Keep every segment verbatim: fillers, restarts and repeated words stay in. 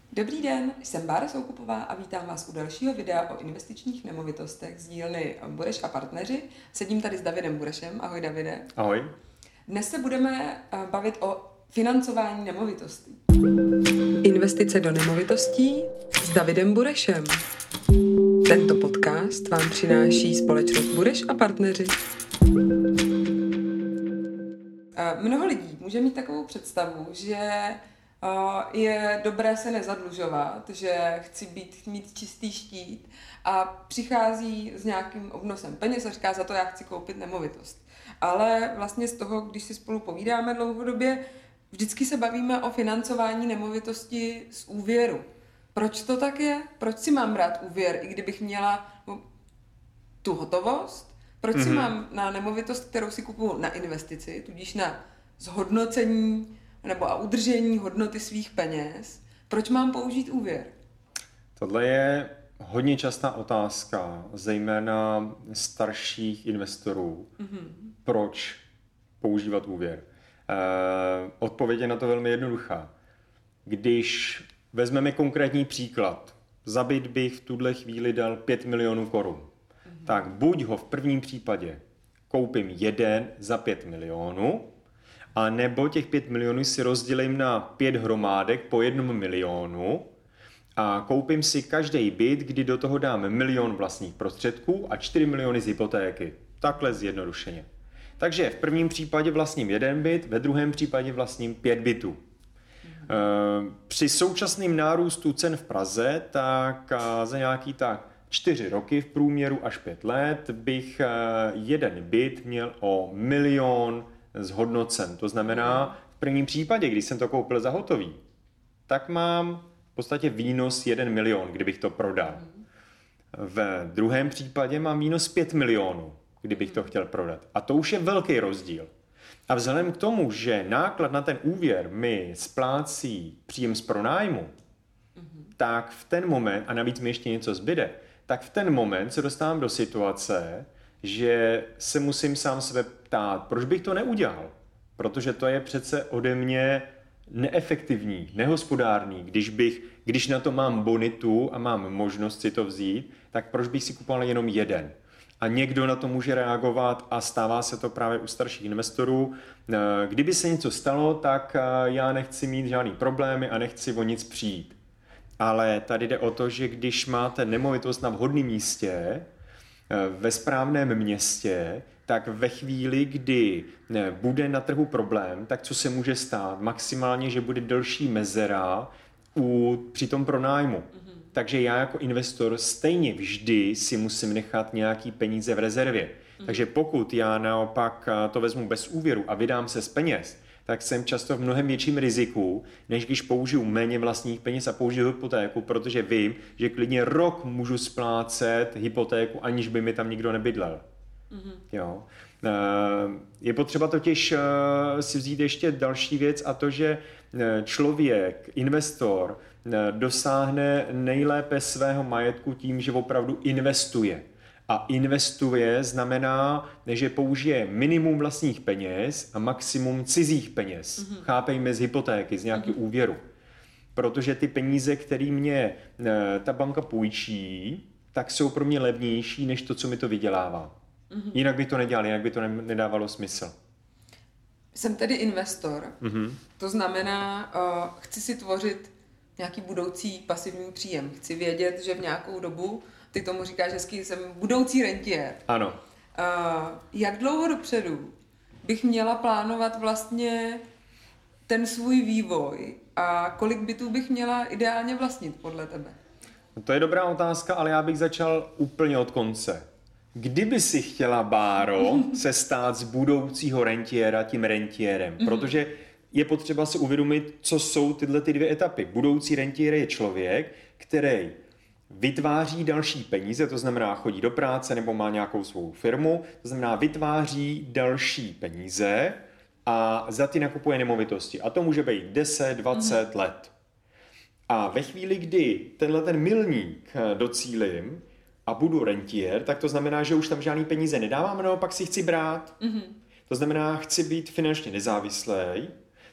Dobrý den, jsem Bára Soukupová a vítám vás u dalšího videa o investičních nemovitostech z dílny Bureš a partneři. Sedím tady s Davidem Burešem. Ahoj, Davide. Ahoj. Dnes se budeme bavit o financování nemovitostí. Investice do nemovitostí s Davidem Burešem. Tento podcast vám přináší společnost Bureš a partneři. Mnoho lidí může mít takovou představu, že je dobré se nezadlužovat, že chci být, mít čistý štít a přichází s nějakým obnosem peněz a říká, za to já chci koupit nemovitost. Ale vlastně z toho, když si spolu povídáme dlouhodobě, vždycky se bavíme o financování nemovitosti z úvěru. Proč to tak je? Proč si mám brát úvěr, i kdybych měla tu hotovost? Proč mm-hmm. si mám na nemovitost, kterou si kupuju na investici, tudíž na zhodnocení nebo a udržení hodnoty svých peněz, proč mám použít úvěr? Tohle je hodně častá otázka, zejména starších investorů. Mm-hmm. Proč používat úvěr? Eh, odpověď je na to velmi jednoduchá. Když vezmeme konkrétní příklad, za byt bych v tuhle chvíli dal pět milionů korun, mm-hmm. tak buď ho v prvním případě koupím jeden za pět milionů, a nebo těch pět milionů si rozdělím na pět hromádek po jednom milionu a koupím si každý byt, kdy do toho dám milion vlastních prostředků a čtyři miliony z hypotéky. Takhle zjednodušeně. Takže v prvním případě vlastním jeden byt, ve druhém případě vlastním pět bytů. Mm-hmm. Při současném nárůstu cen v Praze, tak za nějaký tak čtyři roky v průměru až pět let bych jeden byt měl o milion zhodnocen. To znamená, v prvním případě, když jsem to koupil za hotový, tak mám v podstatě výnos jeden milion, kdybych to prodal. V druhém případě mám výnos pět milionů, kdybych to chtěl prodat. A to už je velký rozdíl. A vzhledem k tomu, že náklad na ten úvěr mi splácí příjem z pronájmu, tak v ten moment, a navíc mi ještě něco zbyde, tak v ten moment se dostávám do situace, že se musím sám sebe ptát, proč bych to neudělal? Protože to je přece ode mě neefektivní, nehospodárný. Když, bych, když na to mám bonitu a mám možnost si to vzít, tak proč bych si kupoval jenom jeden? A někdo na to může reagovat a stává se to právě u starších investorů. Kdyby se něco stalo, tak já nechci mít žádný problémy a nechci o nic přijít. Ale tady jde o to, že když máte nemovitost na vhodném místě, ve správném městě, tak ve chvíli, kdy bude na trhu problém, tak co se může stát? Maximálně, že bude delší mezera u, při tom pronájmu. Mm-hmm. Takže já jako investor stejně vždy si musím nechat nějaký peníze v rezervě. Mm-hmm. Takže pokud já naopak to vezmu bez úvěru a vydám se z peněz, tak jsem často v mnohem větším riziku, než když použiju méně vlastních peněz a použiju hypotéku, protože vím, že klidně rok můžu splácet hypotéku, aniž by mi tam nikdo nebydlel. Mm-hmm. Jo. Je potřeba totiž si vzít ještě další věc a to, že člověk, investor, dosáhne nejlépe svého majetku tím, že opravdu investuje. A investuje znamená, že použije minimum vlastních peněz a maximum cizích peněz. Mm-hmm. Chápejme z hypotéky, z nějakého mm-hmm. úvěru. Protože ty peníze, které mě ta banka půjčí, tak jsou pro mě levnější, než to, co mi to vydělává. Mm-hmm. Jinak by to nedělal, jinak by to nedávalo smysl. Jsem tedy investor. Mm-hmm. To znamená, uh, chci si tvořit nějaký budoucí pasivní příjem. Chci vědět, že v nějakou dobu, ty tomu říkáš hezky, jsem budoucí rentiér. Ano. Uh, jak dlouho dopředu bych měla plánovat vlastně ten svůj vývoj a kolik bytů bych měla ideálně vlastnit podle tebe? To je dobrá otázka, ale já bych začal úplně od konce. Kdyby si chtěla, Báro, se stát z budoucího rentiéra tím rentiérem? Protože je potřeba si uvědomit, co jsou tyhle ty dvě etapy. Budoucí rentiér je člověk, který vytváří další peníze, to znamená chodí do práce nebo má nějakou svou firmu, to znamená vytváří další peníze a za ty nakupuje nemovitosti. A to může být deset, dvacet mm. let. A ve chvíli, kdy tenhle ten milník docílím a budu rentiér, tak to znamená, že už tam žádný peníze nedávám, no pak si chci brát. Mm. To znamená, chci být finančně nezávislý,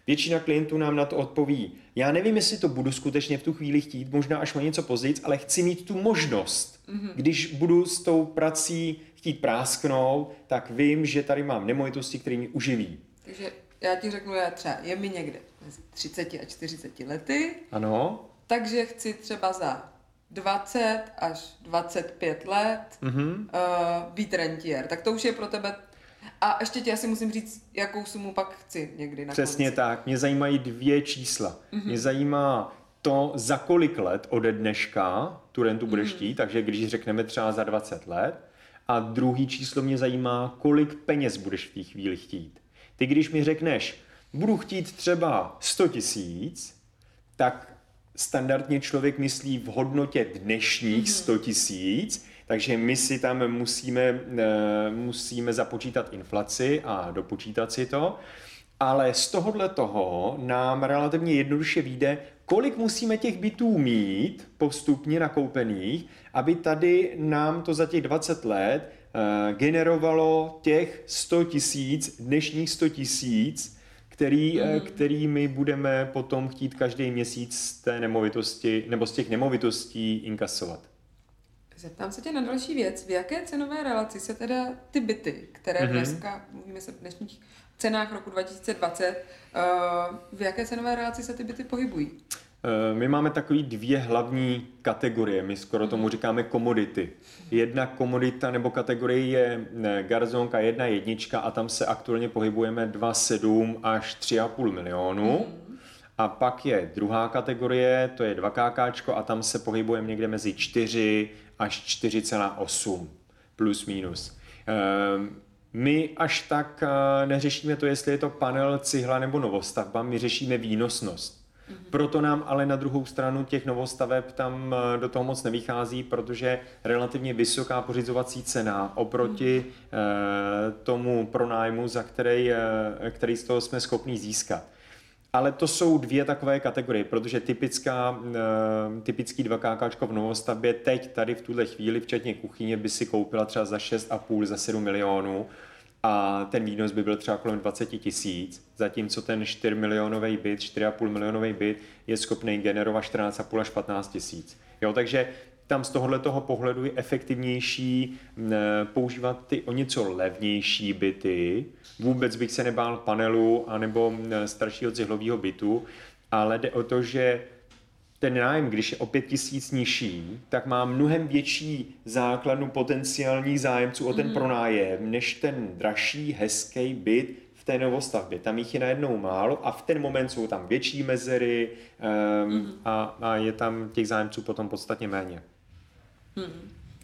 Většina klientů nám na to odpoví, já nevím, jestli to budu skutečně v tu chvíli chtít, možná až o něco později, ale chci mít tu možnost. Mm-hmm. Když budu s tou prací chtít prásknout, tak vím, že tady mám nemovitosti, které mi uživí. Takže já ti řeknu, já třeba je mi někde mezi třiceti a čtyřiceti lety. Ano. Takže chci třeba za dvacet až dvacet pět let mm-hmm. uh, být rentiér. Tak to už je pro tebe. A ještě ti asi musím říct, jakou sumu pak chci někdy na Přesně konci. tak. Mě zajímají dvě čísla. Mm-hmm. Mě zajímá to, za kolik let ode dneška tu rentu budeš chtít, mm-hmm. takže když řekneme třeba za dvacet let. A druhý číslo mě zajímá, kolik peněz budeš v té chvíli chtít. Ty když mi řekneš, budu chtít třeba sto tisíc, tak standardně člověk myslí v hodnotě dnešních sto tisíc, takže my si tam musíme, musíme započítat inflaci a dopočítat si to. Ale z tohohle toho nám relativně jednoduše vyjde, kolik musíme těch bytů mít postupně nakoupených, aby tady nám to za těch dvacet let generovalo těch sto tisíc, dnešních sto tisíc, který, mm. který my budeme potom chtít každý měsíc z té nemovitosti nebo z těch nemovitostí inkasovat. Zeptám se tě na další věc. V jaké cenové relaci se teda ty byty, které mm-hmm. dneska, mluvíme se v dnešních cenách roku dva tisíce dvacet, v jaké cenové relaci se ty byty pohybují? My máme takový dvě hlavní kategorie, my skoro tomu říkáme komodity. Jedna komodita nebo kategorie je garzonka jedna jednička a tam se aktuálně pohybujeme dva celá sedm až tři a půl milionu. A pak je druhá kategorie, to je dva kákáčko a tam se pohybujeme někde mezi čtyři až čtyři celá osm plus minus. My až tak neřešíme to, jestli je to panel, cihla nebo novostavba, my řešíme výnosnost. Proto nám ale na druhou stranu těch novostaveb tam do toho moc nevychází, protože relativně vysoká pořizovací cena oproti mm. tomu pronájmu, za který, který z toho jsme schopni získat. Ale to jsou dvě takové kategorie, protože typická, typický dva kákáčko v novostavbě teď tady v tuhle chvíli, včetně kuchyně, by si koupila třeba za šest a půl, za sedm milionů. A ten výnos by byl třeba kolem dvacet tisíc, zatímco ten čtyřmilionový byt, čtyři a půl milionový byt je schopný generovat čtrnáct a půl až patnáct tisíc. Jo, takže tam z tohoto pohledu je efektivnější používat ty o něco levnější byty. Vůbec bych se nebál panelu anebo staršího cihlového bytu, ale jde o to, že ten nájem, když je o pět tisíc nižší, tak má mnohem větší základnu potenciálních zájemců o ten mm. pronájem, než ten dražší, hezký byt v té novostavbě. Tam jich je najednou málo a v ten moment jsou tam větší mezery um, mm. a, a je tam těch zájemců potom podstatně méně. Mm. Uh,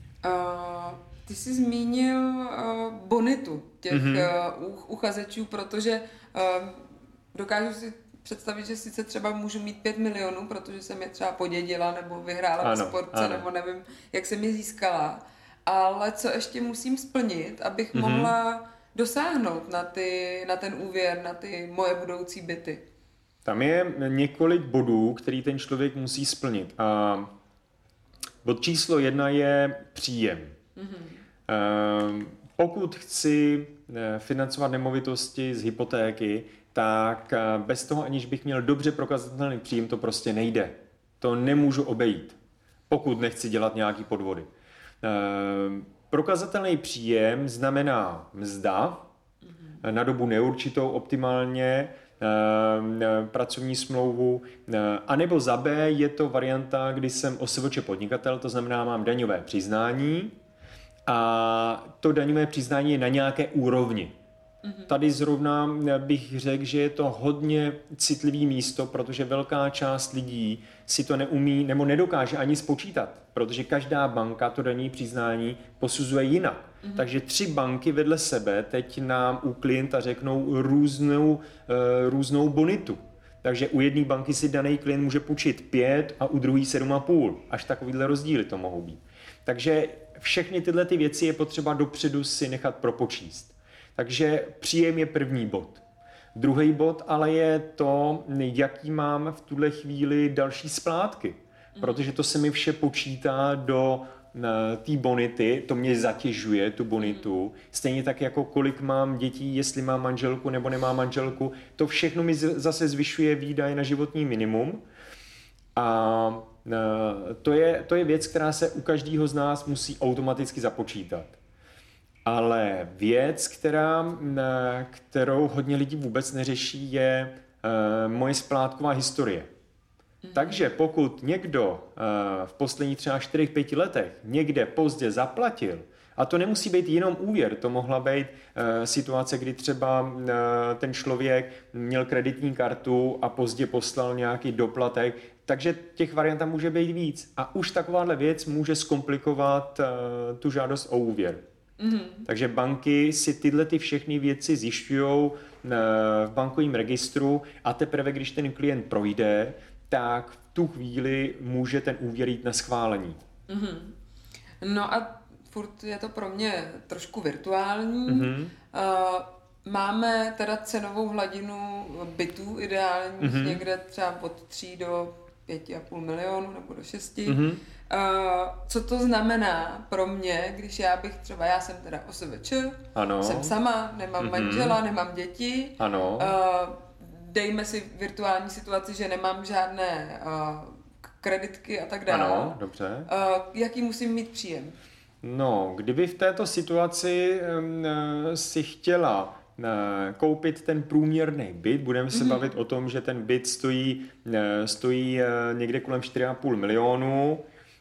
ty jsi zmínil uh, bonitu těch mm-hmm. uh, uchazečů, protože uh, dokážu si představit, že sice třeba můžu mít pět milionů, protože jsem je třeba podědila nebo vyhrála ve sportce, ano. nebo nevím, jak jsem je získala, ale co ještě musím splnit, abych mm-hmm. mohla dosáhnout na, ty, na ten úvěr, na ty moje budoucí byty? Tam je několik bodů, který ten člověk musí splnit. A bod číslo jedna je příjem. Mm-hmm. Pokud chci financovat nemovitosti z hypotéky, tak bez toho, aniž bych měl dobře prokazatelný příjem, to prostě nejde. To nemůžu obejít, pokud nechci dělat nějaký podvody. E, prokazatelný příjem znamená mzda mm-hmm. na dobu neurčitou optimálně, e, pracovní smlouvu, e, anebo za B je to varianta, kdy jsem O S V Č podnikatel, to znamená mám daňové přiznání a to daňové přiznání je na nějaké úrovni. Tady zrovna bych řekl, že je to hodně citlivý místo, protože velká část lidí si to neumí nebo nedokáže ani spočítat, protože každá banka to daňové přiznání posuzuje jinak. Mm-hmm. Takže tři banky vedle sebe teď nám u klienta řeknou různou, různou bonitu. Takže u jedné banky si daný klient může půjčit pět a u druhý sedm a půl. Až takovýhle rozdíly to mohou být. Takže všechny tyhle ty věci je potřeba dopředu si nechat propočíst. Takže příjem je první bod. Druhý bod ale je to, jaký mám v tuhle chvíli další splátky. Protože to se mi vše počítá do té bonity, to mě zatěžuje, tu bonitu. Stejně tak jako kolik mám dětí, jestli mám manželku nebo nemám manželku. To všechno mi zase zvyšuje výdaje na životní minimum. A to je, to je věc, která se u každého z nás musí automaticky započítat. Ale věc, která, kterou hodně lidí vůbec neřeší, je moje splátková historie. Takže pokud někdo v posledních třeba čtyřech pěti letech někde pozdě zaplatil, a to nemusí být jenom úvěr, to mohla být situace, kdy třeba ten člověk měl kreditní kartu a pozdě poslal nějaký doplatek, takže těch variant tam může být víc. A už takováhle věc může zkomplikovat tu žádost o úvěr. Mm-hmm. Takže banky si tyhle ty všechny věci zjišťují v bankovním registru a teprve, když ten klient projde, tak v tu chvíli může ten úvěr jít na schválení. Mm-hmm. No a furt je to pro mě trošku virtuální. Mm-hmm. Uh, máme teda cenovou hladinu bytů ideálních mm-hmm. někde třeba od tří do pěti a půl milionu nebo do šesti. Mm-hmm. Uh, co to znamená pro mě, když já bych třeba, já jsem teda O S V Č, ano. jsem sama, nemám mm-hmm. manžela, nemám děti. Ano. Uh, dejme si virtuální situaci, že nemám žádné uh, kreditky a tak dále. Ano, dobře. Uh, jaký musím mít příjem? No, kdyby v této situaci um, si chtěla uh, koupit ten průměrný byt, budeme se mm-hmm. bavit o tom, že ten byt stojí, uh, stojí uh, někde kolem čtyři a půl milionu,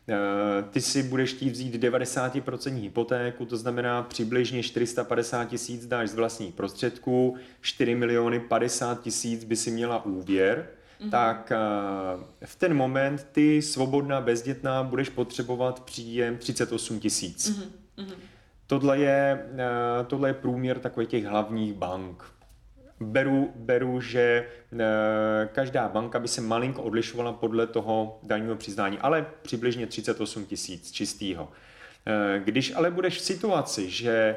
ty si budeš chtít vzít devadesát procent hypotéku, to znamená přibližně čtyři sta padesát tisíc dáš z vlastních prostředků, čtyři miliony padesát tisíc by si měla úvěr, mm-hmm. tak v ten moment ty svobodná bezdětná budeš potřebovat příjem třicet osm tisíc. Mm-hmm. Tohle je, tohle je průměr takových těch hlavních bank. Beru, beru, že e, každá banka by se malinko odlišovala podle toho daňového přiznání, ale přibližně třicet osm tisíc čistýho. E, když ale budeš v situaci, že e,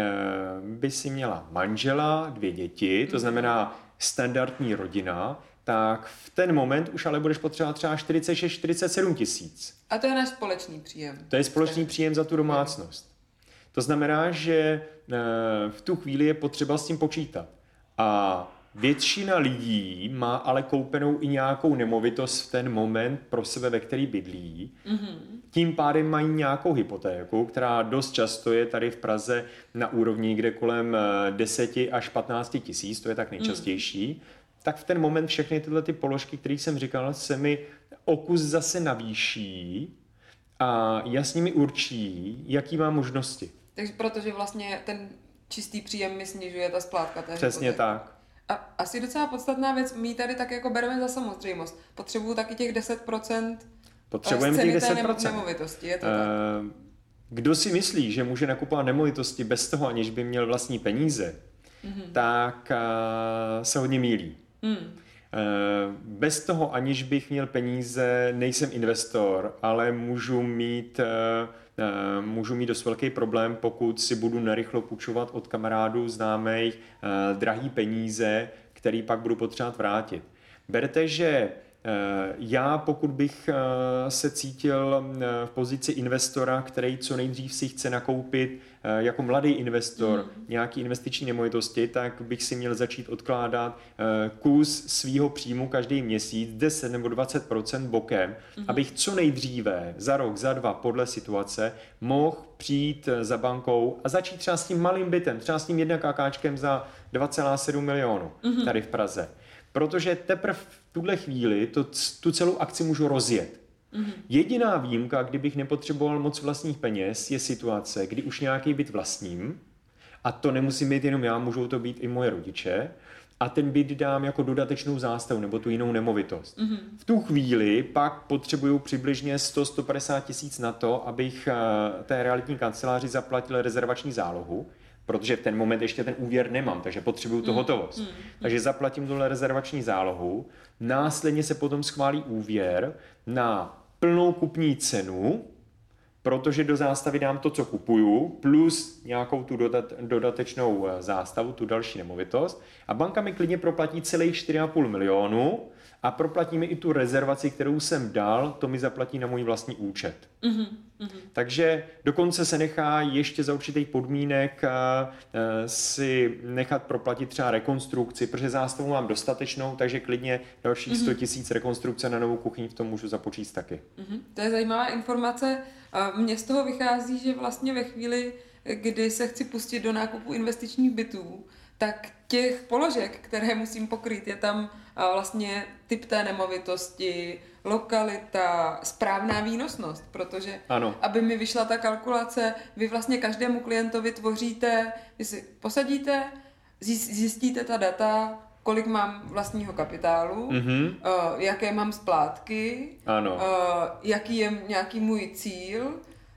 by si měla manžela, dvě děti, to znamená standardní rodina, tak v ten moment už ale budeš potřebovat třeba čtyřicet šest čtyřicet sedm tisíc. A to je náš společný příjem. To je společný příjem za tu domácnost. To znamená, že e, v tu chvíli je potřeba s tím počítat. A většina lidí má ale koupenou i nějakou nemovitost v ten moment pro sebe, ve který bydlí. Mm-hmm. Tím pádem mají nějakou hypotéku, která dost často je tady v Praze na úrovni kde kolem deset až patnáct tisíc, to je tak nejčastější. Mm. Tak v ten moment všechny tyhle ty položky, které jsem říkal, se mi o kus zase navýší a jasně mi určí, jaký má možnosti. Takže protože vlastně ten čistý příjem mi snižuje ta splátka té Přesně hypotéky. tak. A asi docela podstatná věc, my tady tak jako bereme za samozřejmost. Potřebuju taky těch deset procent Potřebujeme těch deset procent. Nemovitosti, je to uh, tak? Kdo si myslí, že může nakupovat nemovitosti bez toho, aniž by měl vlastní peníze, mm-hmm. tak uh, se hodně mýlí. Mm. Uh, bez toho, aniž bych měl peníze, nejsem investor, ale můžu mít... Uh, můžu mít dost velký problém, pokud si budu narychlo půjčovat od kamarádů, známých, drahý peníze, který pak budu potřebovat vrátit. Berte, že já, pokud bych se cítil v pozici investora, který co nejdřív si chce nakoupit jako mladý investor mm. nějaký investiční nemovitosti, tak bych si měl začít odkládat kus svýho příjmu každý měsíc deset nebo dvacet procent bokem, mm. abych co nejdříve za rok, za dva podle situace mohl přijít za bankou a začít třeba s tím malým bytem, třeba s tím jedna kakáčkem za dva celá sedm milionu mm. tady v Praze. Protože teprve v tuhle chvíli to, tu celou akci můžu rozjet. Mm-hmm. Jediná výjimka, kdybych nepotřeboval moc vlastních peněz, je situace, kdy už nějaký byt vlastním, a to nemusím být jenom já, můžou to být i moje rodiče, a ten byt dám jako dodatečnou zástavu nebo tu jinou nemovitost. Mm-hmm. V tu chvíli pak potřebuju přibližně sto až sto padesát tisíc na to, abych té realitní kanceláři zaplatil rezervační zálohu, protože v ten moment ještě ten úvěr nemám, takže potřebuju tu hotovost. Mm, mm, takže zaplatím tuhle rezervační zálohu, následně se potom schválí úvěr na plnou kupní cenu, protože do zástavy dám to, co kupuju, plus nějakou tu dodat, dodatečnou zástavu, tu další nemovitost, a banka mi klidně proplatí celých čtyři a půl milionu, a proplatí mi i tu rezervaci, kterou jsem dal, to mi zaplatí na můj vlastní účet. Mm-hmm. Takže dokonce se nechá ještě za určitých podmínek si nechat proplatit třeba rekonstrukci, protože zástavu mám dostatečnou, takže klidně dalších sto tisíc rekonstrukce na novou kuchyň v tom můžu započíst taky. Mm-hmm. To je zajímavá informace. Mně z toho vychází, že vlastně ve chvíli, kdy se chci pustit do nákupu investičních bytů, tak těch položek, které musím pokrýt, je tam vlastně typ té nemovitosti, lokalita, správná výnosnost, protože ano. aby mi vyšla ta kalkulace, vy vlastně každému klientovi tvoříte, vy si posadíte, zjistíte ta data, kolik mám vlastního kapitálu, mm-hmm. uh, jaké mám splátky, ano. Uh, jaký je nějaký můj cíl,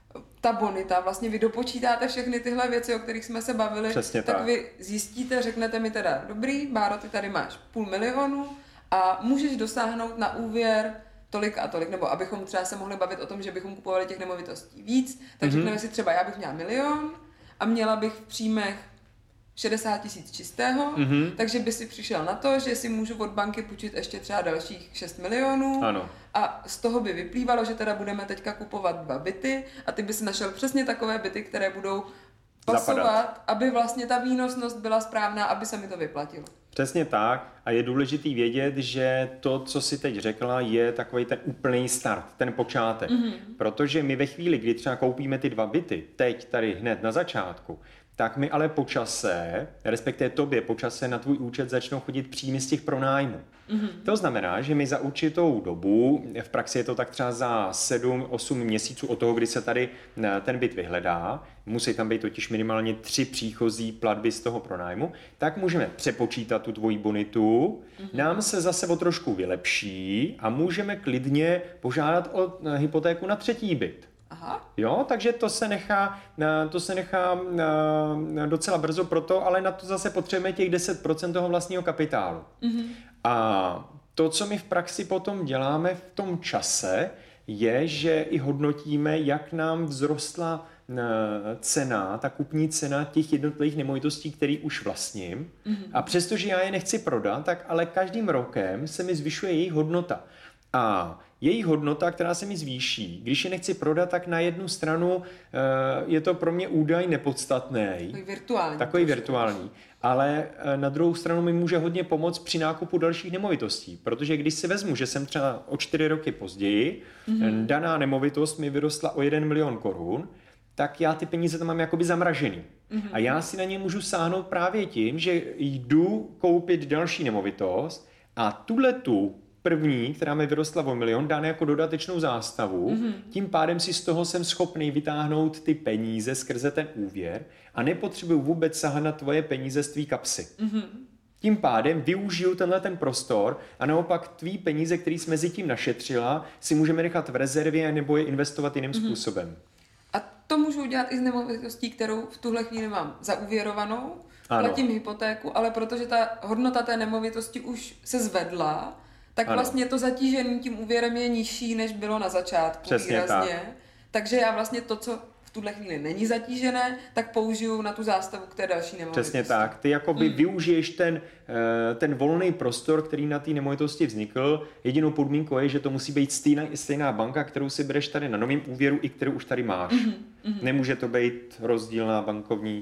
ta bonita, vlastně vy dopočítáte všechny tyhle věci, o kterých jsme se bavili, Přesně tak, tak vy zjistíte, řeknete mi teda, dobrý, Báro, ty tady máš půl milionu a můžeš dosáhnout na úvěr tolik a tolik, nebo abychom třeba se mohli bavit o tom, že bychom kupovali těch nemovitostí víc, tak mm-hmm. řekneme si třeba, já bych měla milion a měla bych v příjmech šedesát tisíc čistého, mm-hmm. takže by si přišel na to, že si můžu od banky půjčit ještě třeba dalších šest milionů ano. a z toho by vyplývalo, že teda budeme teďka kupovat dva byty a ty by si našel přesně takové byty, které budou pasovat, Zapadat. aby vlastně ta výnosnost byla správná, aby se mi to vyplatilo. Přesně tak a je důležitý vědět, že to, co si teď řekla, je takový ten úplný start, ten počátek. Mm-hmm. Protože my ve chvíli, kdy třeba koupíme ty dva byty, teď tady hned na začátku, tak mi ale po čase, respektive tobě po čase na tvůj účet začnou chodit příjmy z těch pronájmů. Mm-hmm. To znamená, že my za určitou dobu, v praxi je to tak třeba za sedm osm měsíců od toho, kdy se tady ten byt vyhledá, musí tam být totiž minimálně tři příchozí platby z toho pronájmu, tak můžeme přepočítat tu tvoji bonitu, mm-hmm. nám se zase o trošku vylepší a můžeme klidně požádat o hypotéku na třetí byt. Aha. Jo, takže to se nechá, to se nechá docela brzo proto, ale na to zase potřebujeme těch deset procent toho vlastního kapitálu. Mm-hmm. A to, co my v praxi potom děláme v tom čase, je, že i hodnotíme, jak nám vzrostla cena, ta kupní cena těch jednotlivých nemovitostí, které už vlastním. Mm-hmm. A přestože já je nechci prodat, tak ale každým rokem se mi zvyšuje jejich hodnota. A její hodnota, která se mi zvýší, když je nechci prodat, tak na jednu stranu je to pro mě údaj nepodstatný. Takový virtuální. Takový virtuální. Ale na druhou stranu mi může hodně pomoct při nákupu dalších nemovitostí. Protože když si vezmu, že jsem třeba o čtyři roky později, mm-hmm. daná nemovitost mi vyrostla o jeden milion korun, tak já ty peníze tam mám jakoby zamražený. Mm-hmm. A já si na ně můžu sáhnout právě tím, že jdu koupit další nemovitost a tuhletu první, která mi vyrostla o milion, dáne jako dodatečnou zástavu, mm-hmm. tím pádem si z toho jsem schopný vytáhnout ty peníze skrze ten úvěr a nepotřebuju vůbec sahat na tvoje peníze z tvý kapsy. Mm-hmm. Tím pádem využiju tenhle ten prostor a naopak tvý peníze, který jsi mezi tím našetřila, si můžeme nechat v rezervě nebo je investovat jiným mm-hmm. způsobem. A to můžu udělat i z nemovitostí, kterou v tuhle chvíli mám zaúvěrovanou, ano. platím hypotéku, ale protože ta hodnota té nemovitosti už se zvedla, tak ano. vlastně to zatížení tím úvěrem je nižší, než bylo na začátku. Přesně výrazně. Tak. Takže já vlastně to, co v tuhle chvíli není zatížené, tak použiju na tu zástavu k té další nemovitosti. Přesně tak. Ty jakoby mm. využiješ ten, ten volný prostor, který na té nemovitosti vznikl. Jedinou podmínkou je, že to musí být stejná, stejná banka, kterou si bereš tady na novém úvěru i kterou už tady máš. Mm-hmm. Nemůže to být rozdílná bankovní,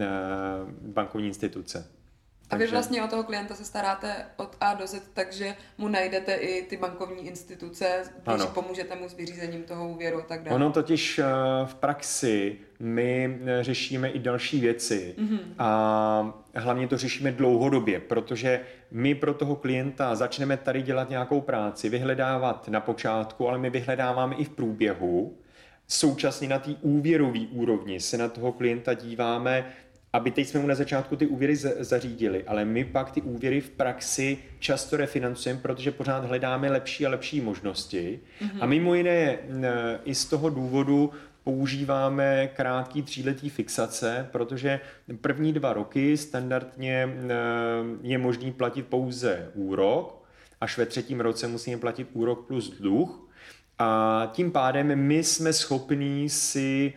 bankovní instituce. A vy vlastně o toho klienta se staráte od A do Z, takže mu najdete i ty bankovní instituce, když pomůžete mu s vyřízením toho úvěru a tak dále. Ono totiž v praxi my řešíme i další věci mm-hmm. a hlavně to řešíme dlouhodobě, protože my pro toho klienta začneme tady dělat nějakou práci, vyhledávat na počátku, ale my vyhledáváme i v průběhu. Současně na té úvěrové úrovni se na toho klienta díváme, aby teď jsme mu na začátku ty úvěry zařídili, ale my pak ty úvěry v praxi často refinancujeme, protože pořád hledáme lepší a lepší možnosti. Mm-hmm. A mimo jiné i z toho důvodu používáme krátký tříletý fixace, protože první dva roky standardně je možný platit pouze úrok, až ve třetím roce musíme platit úrok plus dluh. A tím pádem my jsme schopní si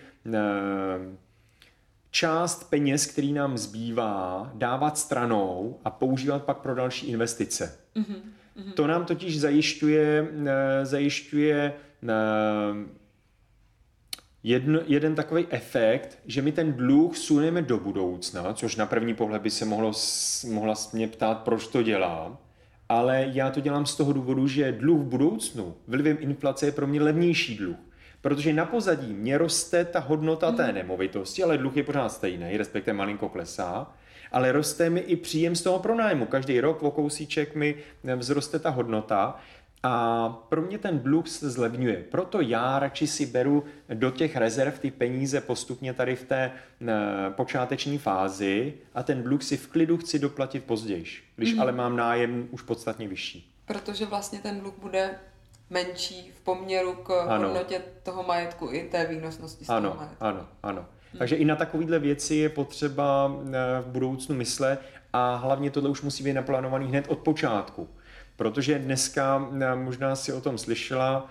část peněz, který nám zbývá, dávat stranou a používat pak pro další investice. Mm-hmm. Mm-hmm. To nám totiž zajišťuje, zajišťuje jedno, jeden takový efekt, že my ten dluh suneme do budoucna, což na první pohled by se mohlo, mohla mě ptát, proč to dělám, ale já to dělám z toho důvodu, že dluh v budoucnu vlivem inflace je pro mě levnější dluh. Protože na pozadí mě roste ta hodnota té nemovitosti, ale dluh je pořád stejný, respektive malinko klesá, ale roste mi i příjem z toho pronájmu. Každý rok o kousíček mi vzroste ta hodnota a pro mě ten dluh se zlevňuje. Proto já radši si beru do těch rezerv ty peníze postupně tady v té počáteční fázi a ten dluh si v klidu chci doplatit později, když mm. ale mám nájem už podstatně vyšší. Protože vlastně ten dluh bude menší v poměru k ano. hodnotě toho majetku i té výnosnosti z ano, toho majetku. Ano, ano. Hmm. Takže i na takovéhle věci je potřeba v budoucnu myslet a hlavně tohle už musí být naplánovaný hned od počátku. Protože dneska, možná si o tom slyšela,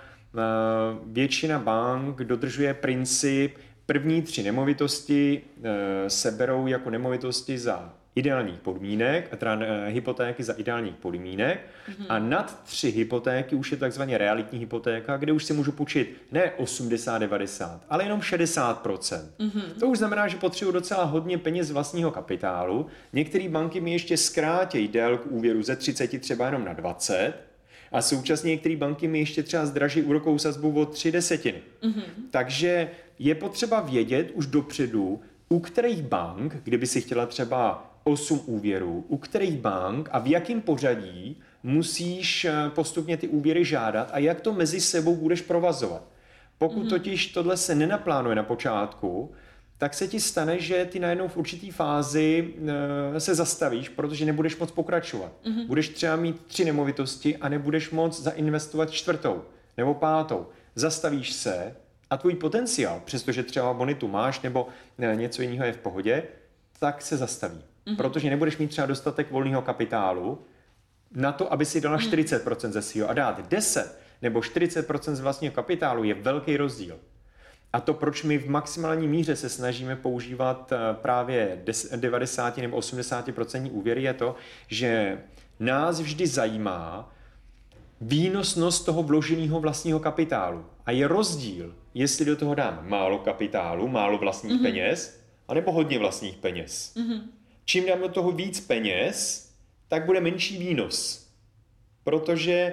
většina bank dodržuje princip první tři nemovitosti se berou jako nemovitosti za ideálních podmínek, teda hypotéky za ideálních podmínek mm-hmm. a nad tři hypotéky už je takzvaně realitní hypotéka, kde už si můžu půjčit ne osmdesát devadesát, ale jenom šedesát procent. Mm-hmm. To už znamená, že potřebuji docela hodně peněz vlastního kapitálu. Některé banky mi ještě zkrátějí délku úvěru ze třicet třeba jenom na dvacet a současně některé banky mi ještě třeba zdraží úrokovou sazbu o tři desetiny. Mm-hmm. Takže je potřeba vědět už dopředu, u kterých bank, kdyby si chtěla třeba osm úvěrů, u kterých bank a v jakém pořadí musíš postupně ty úvěry žádat a jak to mezi sebou budeš provazovat. Pokud mm-hmm. totiž tohle se nenaplánuje na počátku, tak se ti stane, že ty najednou v určitý fázi e, se zastavíš, protože nebudeš moc pokračovat. Mm-hmm. Budeš třeba mít tři nemovitosti a nebudeš moc zainvestovat čtvrtou nebo pátou. Zastavíš se a tvůj potenciál, přestože třeba bonitu máš nebo ne, něco jiného je v pohodě, tak se zastaví. Mm-hmm. Protože nebudeš mít třeba dostatek volného kapitálu na to, aby si dala mm. čtyřicet procent ze svého a dát deset nebo čtyřicet procent z vlastního kapitálu je velký rozdíl. A to, proč my v maximální míře se snažíme používat právě devadesát nebo osmdesát procent úvěry, je to, že nás vždy zajímá výnosnost toho vloženého vlastního kapitálu. A je rozdíl, jestli do toho dám málo kapitálu, málo vlastních mm-hmm. peněz, anebo hodně vlastních peněz. Mm-hmm. Čím dám do toho víc peněz, tak bude menší výnos. Protože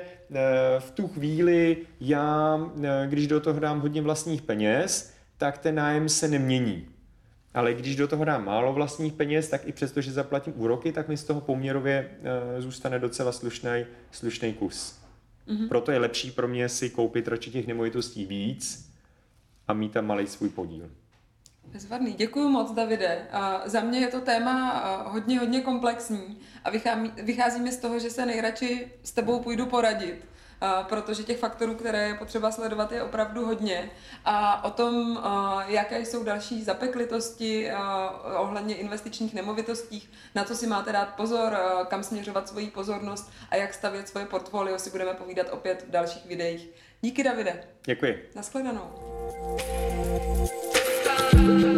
v tu chvíli já, když do toho dám hodně vlastních peněz, tak ten nájem se nemění. Ale když do toho dám málo vlastních peněz, tak i přesto, že zaplatím úroky, tak mi z toho poměrově zůstane docela slušný, slušný kus. Mm-hmm. Proto je lepší pro mě si koupit radši těch nemovitostí víc a mít tam malej svůj podíl. Bezvadný. Děkuji moc, Davide. Uh, za mě je to téma uh, hodně, hodně komplexní a vychází, vychází mi z toho, že se nejradši s tebou půjdu poradit, uh, protože těch faktorů, které je potřeba sledovat, je opravdu hodně. A o tom, uh, jaké jsou další zapeklitosti uh, ohledně investičních nemovitostí, na co si máte dát pozor, uh, kam směřovat svoji pozornost a jak stavět svoje portfolio, si budeme povídat opět v dalších videích. Díky, Davide. Děkuji. Nashledanou. Thank you.